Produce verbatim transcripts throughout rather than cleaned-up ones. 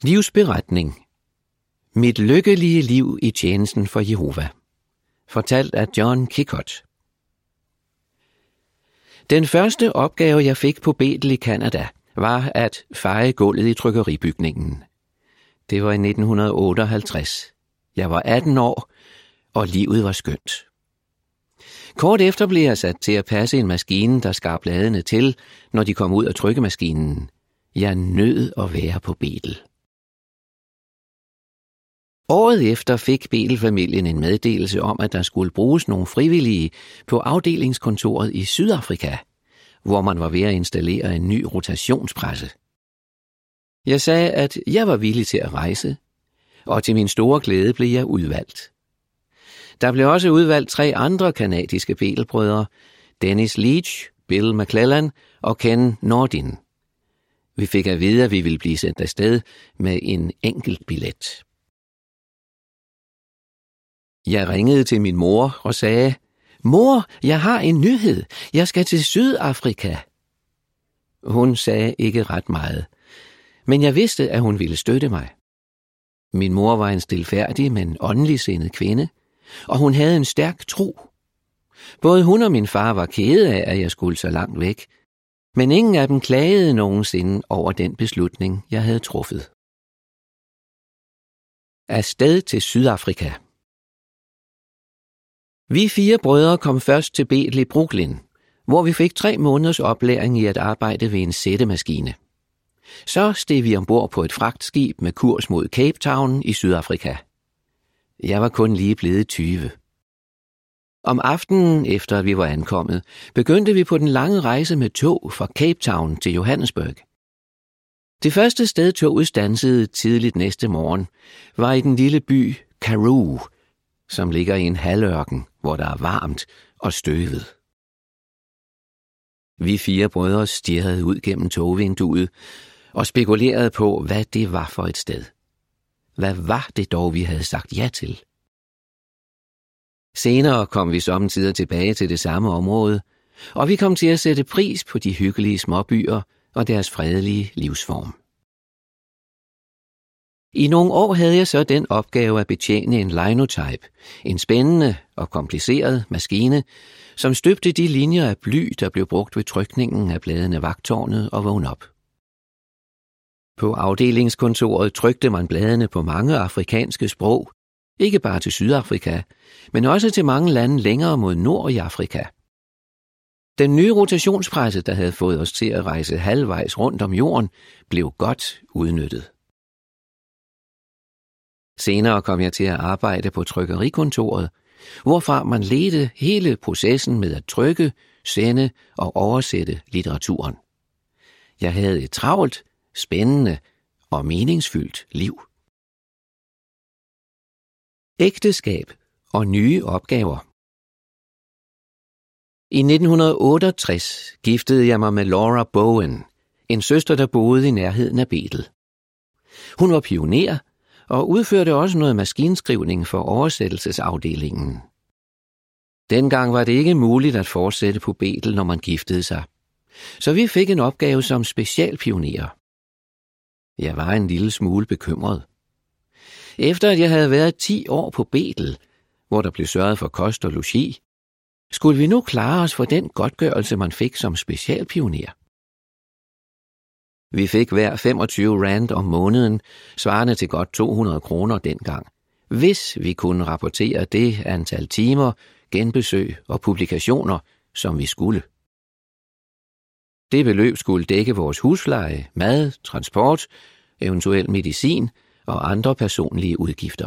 Livsberetning. Mit lykkelige liv i tjenesten for Jehova. Fortalt af John Kikot. Den første opgave, jeg fik på Bethel i Canada, var at feje gulvet i trykkeribygningen. Det var i nitten otteoghalvtreds. Jeg var atten år, og livet var skønt. Kort efter blev jeg sat til at passe en maskine, der skar bladene til, når de kom ud af trykkemaskinen. Jeg nød at være på Bethel. Året efter fik Bethel-familien en meddelelse om, at der skulle bruges nogle frivillige på afdelingskontoret i Sydafrika, hvor man var ved at installere en ny rotationspresse. Jeg sagde, at jeg var villig til at rejse, og til min store glæde blev jeg udvalgt. Der blev også udvalgt tre andre kanadiske Bethel-brødre, Dennis Leach, Bill McClellan og Ken Nordin. Vi fik at vide, at vi ville blive sendt afsted med en enkelt billet. Jeg ringede til min mor og sagde, "Mor, jeg har en nyhed. Jeg skal til Sydafrika." Hun sagde ikke ret meget, men jeg vidste, at hun ville støtte mig. Min mor var en stilfærdig, men åndelig sindet kvinde, og hun havde en stærk tro. Både hun og min far var kede af, at jeg skulle så langt væk, men ingen af dem klagede nogensinde over den beslutning, jeg havde truffet. Afsted til Sydafrika. Vi fire brødre kom først til Bethel i Brooklyn, hvor vi fik tre måneders oplæring i at arbejde ved en sættemaskine. Så steg vi ombord på et fragtskib med kurs mod Cape Town i Sydafrika. Jeg var kun lige blevet tyve. Om aftenen, efter at vi var ankommet, begyndte vi på den lange rejse med tog fra Cape Town til Johannesburg. Det første sted toget standsede tidligt næste morgen, var i den lille by Karoo, som ligger i en halvørken, hvor der er varmt og støvet. Vi fire brødre stirrede ud gennem togvinduet og spekulerede på, hvad det var for et sted. Hvad var det dog, vi havde sagt ja til? Senere kom vi sommetider tilbage til det samme område, og vi kom til at sætte pris på de hyggelige småbyer og deres fredelige livsform. I nogle år havde jeg så den opgave at betjene en linotype, en spændende og kompliceret maskine, som støbte de linjer af bly, der blev brugt ved trykningen af bladene Vagttårnet og Vågn op. På afdelingskontoret trykte man bladene på mange afrikanske sprog, ikke bare til Sydafrika, men også til mange lande længere mod nord i Afrika. Den nye rotationspresse, der havde fået os til at rejse halvvejs rundt om jorden, blev godt udnyttet. Senere kom jeg til at arbejde på trykkerikontoret, hvorfra man ledte hele processen med at trykke, sende og oversætte litteraturen. Jeg havde et travlt, spændende og meningsfyldt liv. Ægteskab og nye opgaver. I nitten otteogtres giftede jeg mig med Laura Bowen, en søster, der boede i nærheden af Bethel. Hun var pioner og udførte også noget maskinskrivning for oversættelsesafdelingen. Dengang var det ikke muligt at fortsætte på Bethel, når man giftede sig, så vi fik en opgave som specialpionerer. Jeg var en lille smule bekymret. Efter at jeg havde været ti år på Bethel, hvor der blev sørget for kost og logi, skulle vi nu klare os for den godtgørelse, man fik som specialpioner. Vi fik hver femogtyve rand om måneden, svarende til godt to hundrede kroner dengang, hvis vi kunne rapportere det antal timer, genbesøg og publikationer, som vi skulle. Det beløb skulle dække vores husleje, mad, transport, eventuel medicin og andre personlige udgifter.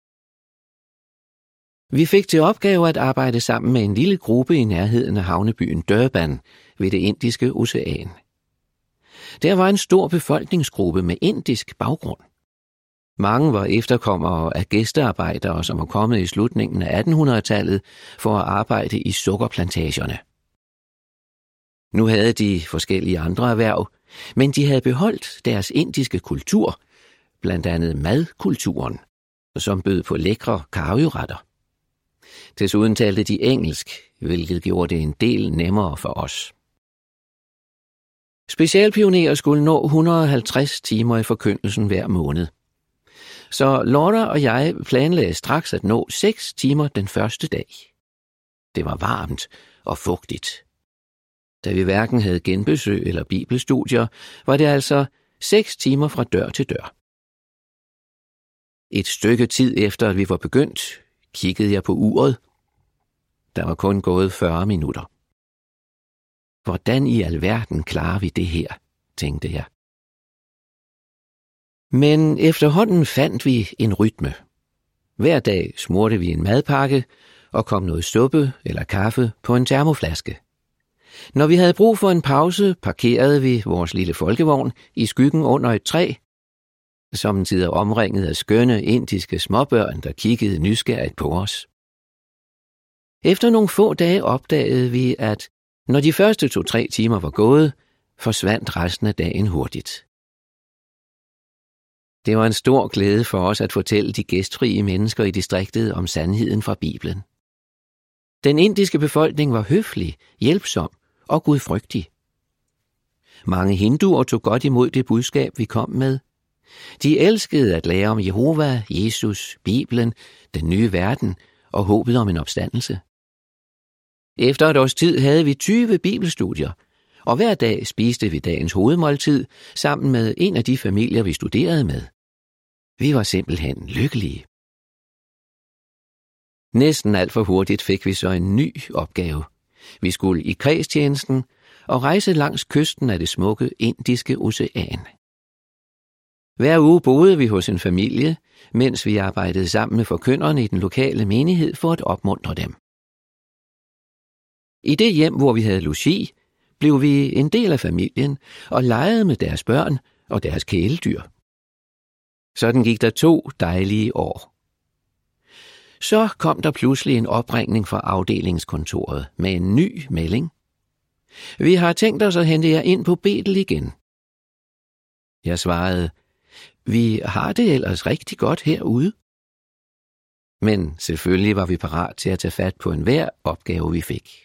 Vi fik til opgave at arbejde sammen med en lille gruppe i nærheden af havnebyen Durban ved det Indiske Ocean. Der var en stor befolkningsgruppe med indisk baggrund. Mange var efterkommere af gæstearbejdere, som var kommet i slutningen af attenhundredetallet for at arbejde i sukkerplantagerne. Nu havde de forskellige andre erhverv, men de havde beholdt deres indiske kultur, blandt andet madkulturen, som bød på lækre karryretter. Desuden talte de engelsk, hvilket gjorde det en del nemmere for os. Specialpionerer skulle nå et hundrede og halvtreds timer i forkyndelsen hver måned. Så Laura og jeg planlagde straks at nå seks timer den første dag. Det var varmt og fugtigt. Da vi hverken havde genbesøg eller bibelstudier, var det altså seks timer fra dør til dør. Et stykke tid efter, at vi var begyndt, kiggede jeg på uret. Der var kun gået fyrre minutter. Hvordan i alverden klarer vi det her, tænkte jeg. Men efterhånden fandt vi en rytme. Hver dag smurte vi en madpakke og kom noget suppe eller kaffe på en termoflaske. Når vi havde brug for en pause, parkerede vi vores lille folkevogn i skyggen under et træ, sommetider omringet af skønne indiske småbørn, der kiggede nysgerrigt på os. Efter nogle få dage opdagede vi, at når de første to-tre timer var gået, forsvandt resten af dagen hurtigt. Det var en stor glæde for os at fortælle de gæstfrie mennesker i distriktet om sandheden fra Bibelen. Den indiske befolkning var høflig, hjælpsom og gudfrygtig. Mange hinduer tog godt imod det budskab, vi kom med. De elskede at lære om Jehova, Jesus, Bibelen, den nye verden og håbet om en opstandelse. Efter et års tid havde vi tyve bibelstudier, og hver dag spiste vi dagens hovedmåltid sammen med en af de familier, vi studerede med. Vi var simpelthen lykkelige. Næsten alt for hurtigt fik vi så en ny opgave. Vi skulle i kredstjenesten og rejse langs kysten af det smukke Indiske Ocean. Hver uge boede vi hos en familie, mens vi arbejdede sammen med forkynderne i den lokale menighed for at opmuntre dem. I det hjem, hvor vi havde logi, blev vi en del af familien og legede med deres børn og deres kæledyr. Sådan gik der to dejlige år. Så kom der pludselig en opringning fra afdelingskontoret med en ny melding. Vi har tænkt os at hente jer ind på Betel igen. Jeg svarede, vi har det ellers rigtig godt herude. Men selvfølgelig var vi parat til at tage fat på enhver opgave, vi fik.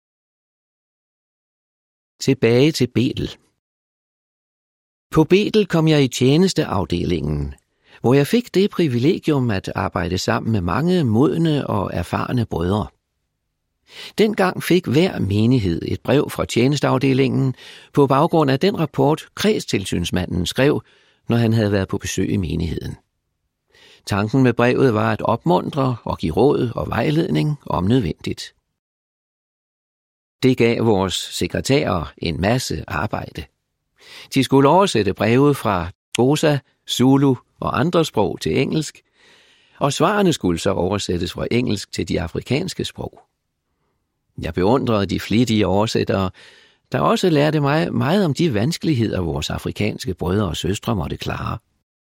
Tilbage til Betel. På Betel kom jeg i tjenesteafdelingen, hvor jeg fik det privilegium at arbejde sammen med mange modne og erfarne brødre. Dengang fik hver menighed et brev fra tjenesteafdelingen på baggrund af den rapport, kredstilsynsmanden skrev, når han havde været på besøg i menigheden. Tanken med brevet var at opmuntre og give råd og vejledning om nødvendigt. Det gav vores sekretærer en masse arbejde. De skulle oversætte breve fra Xhosa, Zulu og andre sprog til engelsk, og svarene skulle så oversættes fra engelsk til de afrikanske sprog. Jeg beundrede de flittige oversættere, der også lærte mig meget om de vanskeligheder, vores afrikanske brødre og søstre måtte klare.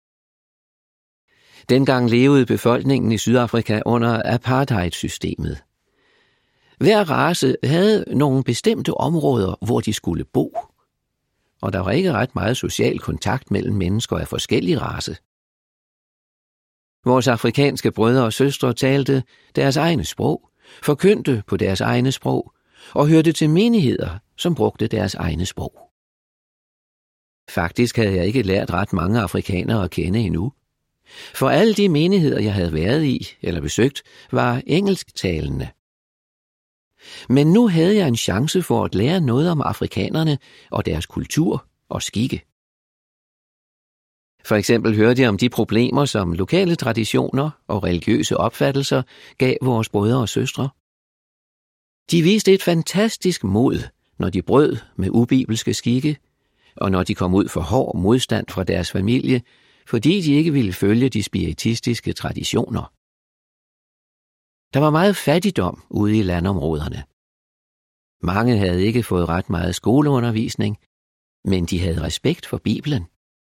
Dengang levede befolkningen i Sydafrika under apartheidsystemet. Hver race havde nogle bestemte områder, hvor de skulle bo, og der var ikke ret meget social kontakt mellem mennesker af forskellige race. Vores afrikanske brødre og søstre talte deres egne sprog, forkyndte på deres egne sprog og hørte til menigheder, som brugte deres egne sprog. Faktisk havde jeg ikke lært ret mange afrikanere at kende endnu, for alle de menigheder, jeg havde været i eller besøgt, var engelsktalende. Men nu havde jeg en chance for at lære noget om afrikanerne og deres kultur og skikke. For eksempel hørte jeg om de problemer, som lokale traditioner og religiøse opfattelser gav vores brødre og søstre. De viste et fantastisk mod, når de brød med ubibelske skikke, og når de kom ud for hård modstand fra deres familie, fordi de ikke ville følge de spiritistiske traditioner. Der var meget fattigdom ude i landområderne. Mange havde ikke fået ret meget skoleundervisning, men de havde respekt for Bibelen.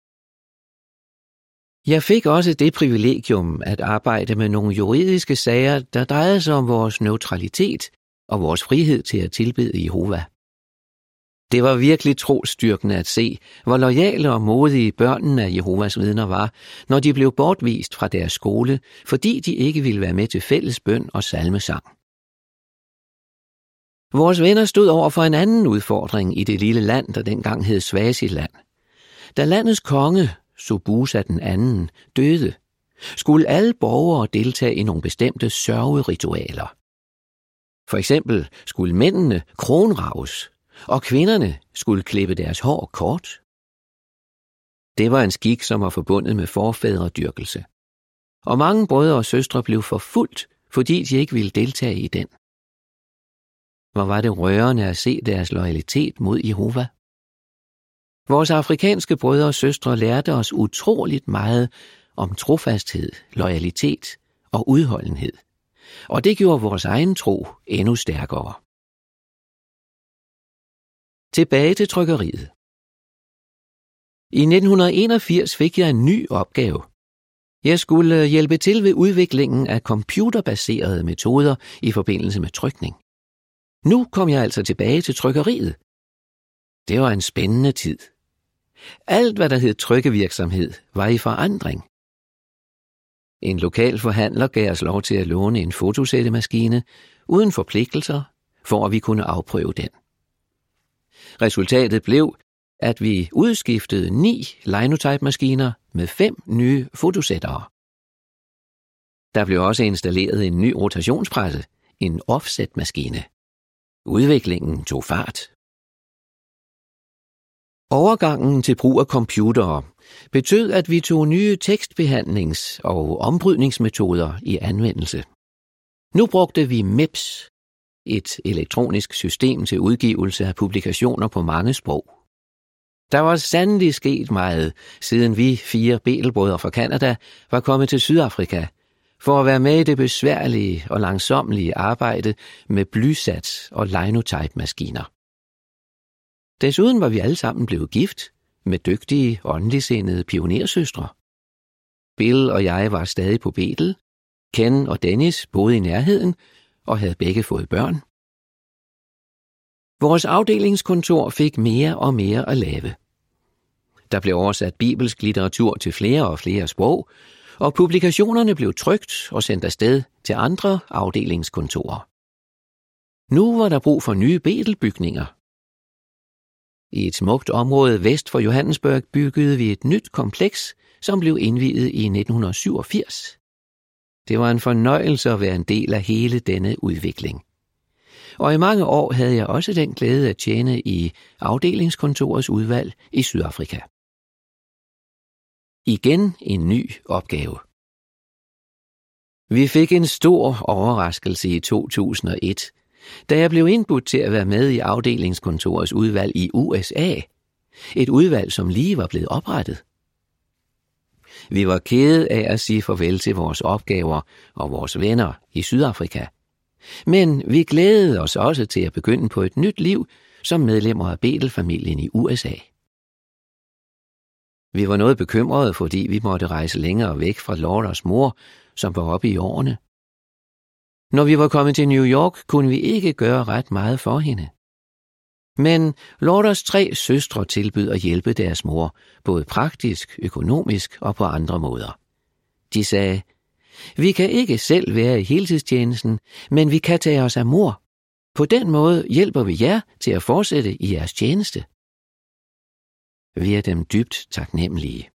Jeg fik også det privilegium at arbejde med nogle juridiske sager, der drejede sig om vores neutralitet og vores frihed til at tilbede Jehova. Det var virkelig trosstyrkende at se, hvor loyale og modige børnene af Jehovas vidner var, når de blev bortvist fra deres skole, fordi de ikke ville være med til fælles bøn og salmesang. Vores venner stod over for en anden udfordring i det lille land, der dengang hed Swaziland. Da landets konge, Sobusa den anden, døde, skulle alle borgere deltage i nogle bestemte sørgeritualer. For eksempel skulle mændene kronrages, og kvinderne skulle klippe deres hår kort. Det var en skik, som var forbundet med forfædredyrkelse, og mange brødre og søstre blev forfulgt, fordi de ikke ville deltage i den. Hvor var det rørende at se deres loyalitet mod Jehova. Vores afrikanske brødre og søstre lærte os utroligt meget om trofasthed, loyalitet og udholdenhed, og det gjorde vores egen tro endnu stærkere. Tilbage til trykkeriet. I nitten enogfirs fik jeg en ny opgave. Jeg skulle hjælpe til ved udviklingen af computerbaserede metoder i forbindelse med trykning. Nu kom jeg altså tilbage til trykkeriet. Det var en spændende tid. Alt, hvad der hed trykkevirksomhed, var i forandring. En lokal forhandler gav os lov til at låne en fotosættemaskine uden forpligtelser, for at vi kunne afprøve den. Resultatet blev, at vi udskiftede ni linotype-maskiner med fem nye fotosættere. Der blev også installeret en ny rotationspresse, en offset-maskine. Udviklingen tog fart. Overgangen til brug af computere betød, at vi tog nye tekstbehandlings- og ombrydningsmetoder i anvendelse. Nu brugte vi M E P S, et elektronisk system til udgivelse af publikationer på mange sprog. Der var sandelig sket meget, siden vi fire Betelbrødre fra Canada var kommet til Sydafrika, for at være med i det besværlige og langsommelige arbejde med blysats og linotype-maskiner. Desuden var vi alle sammen blevet gift med dygtige, åndeligtsindede pionersøstre. Bill og jeg var stadig på Betel, Ken og Dennis boede i nærheden og havde begge fået børn. Vores afdelingskontor fik mere og mere at lave. Der blev oversat bibelsk litteratur til flere og flere sprog, og publikationerne blev trykt og sendt afsted til andre afdelingskontorer. Nu var der brug for nye Betelbygninger. I et smukt område vest for Johannesburg byggede vi et nyt kompleks, som blev indviet i nitten syvogfirs. Det var en fornøjelse at være en del af hele denne udvikling. Og i mange år havde jeg også den glæde at tjene i afdelingskontorets udvalg i Sydafrika. Igen en ny opgave. Vi fik en stor overraskelse i to tusind og et, da jeg blev indbudt til at være med i afdelingskontorets udvalg i U S A, et udvalg, som lige var blevet oprettet. Vi var kede af at sige farvel til vores opgaver og vores venner i Sydafrika, men vi glædede os også til at begynde på et nyt liv som medlemmer af Betel-familien i U S A. Vi var noget bekymrede, fordi vi måtte rejse længere væk fra Lauras mor, som var oppe i årene. Når vi var kommet til New York, kunne vi ikke gøre ret meget for hende. Men Lauras tre søstre tilbød at hjælpe deres mor, både praktisk, økonomisk og på andre måder. De sagde, vi kan ikke selv være i heltidstjenesten, men vi kan tage os af mor. På den måde hjælper vi jer til at fortsætte i jeres tjeneste. Vi er dem dybt taknemmelige.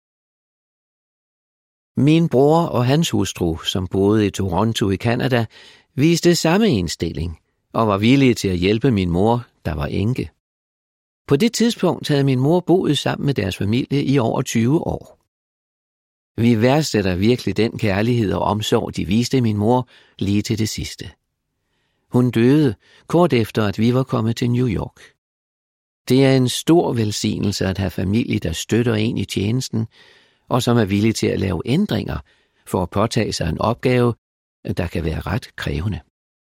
Min bror og hans hustru, som boede i Toronto i Canada, viste samme indstilling og var villige til at hjælpe min mor, der var enke. På det tidspunkt havde min mor boet sammen med deres familie i over tyve år. Vi værdsætter virkelig den kærlighed og omsorg, de viste min mor lige til det sidste. Hun døde kort efter, at vi var kommet til New York. Det er en stor velsignelse at have familie, der støtter en i tjenesten, og som er villige til at lave ændringer for at påtage sig en opgave, der kan være ret krævende.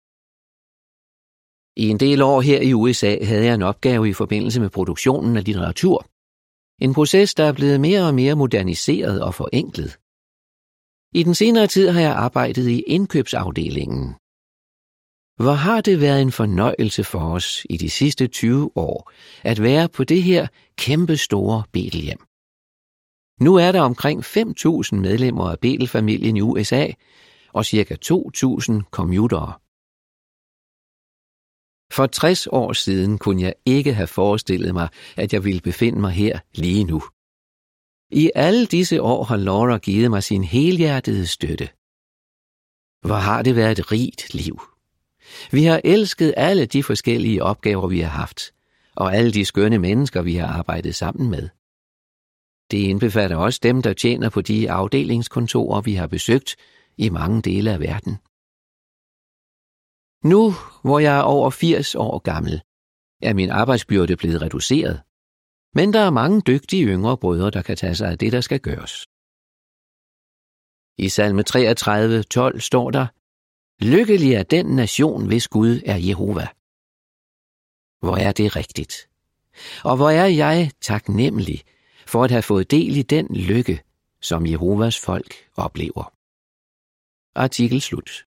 I en del år her i U S A havde jeg en opgave i forbindelse med produktionen af litteratur. En proces, der er blevet mere og mere moderniseret og forenklet. I den senere tid har jeg arbejdet i indkøbsafdelingen. Hvor har det været en fornøjelse for os i de sidste tyve år at være på det her kæmpe store Betelhjem. Nu er der omkring fem tusind medlemmer af Betel-familien i U S A og ca. to tusind computere. For tres år siden kunne jeg ikke have forestillet mig, at jeg ville befinde mig her lige nu. I alle disse år har Laura givet mig sin helhjertede støtte. Hvor har det været et rigt liv. Vi har elsket alle de forskellige opgaver, vi har haft, og alle de skønne mennesker, vi har arbejdet sammen med. Det indbefatter også dem, der tjener på de afdelingskontorer, vi har besøgt i mange dele af verden. Nu, hvor jeg er over firs år gammel, er min arbejdsbyrde blevet reduceret, men der er mange dygtige yngre brødre, der kan tage sig af det, der skal gøres. I salme treogtredive tolv står der: Lykkelig er den nation, hvis Gud er Jehova. Hvor er det rigtigt? Og hvor er jeg taknemmelig for at have fået del i den lykke, som Jehovas folk oplever. Artikel slut.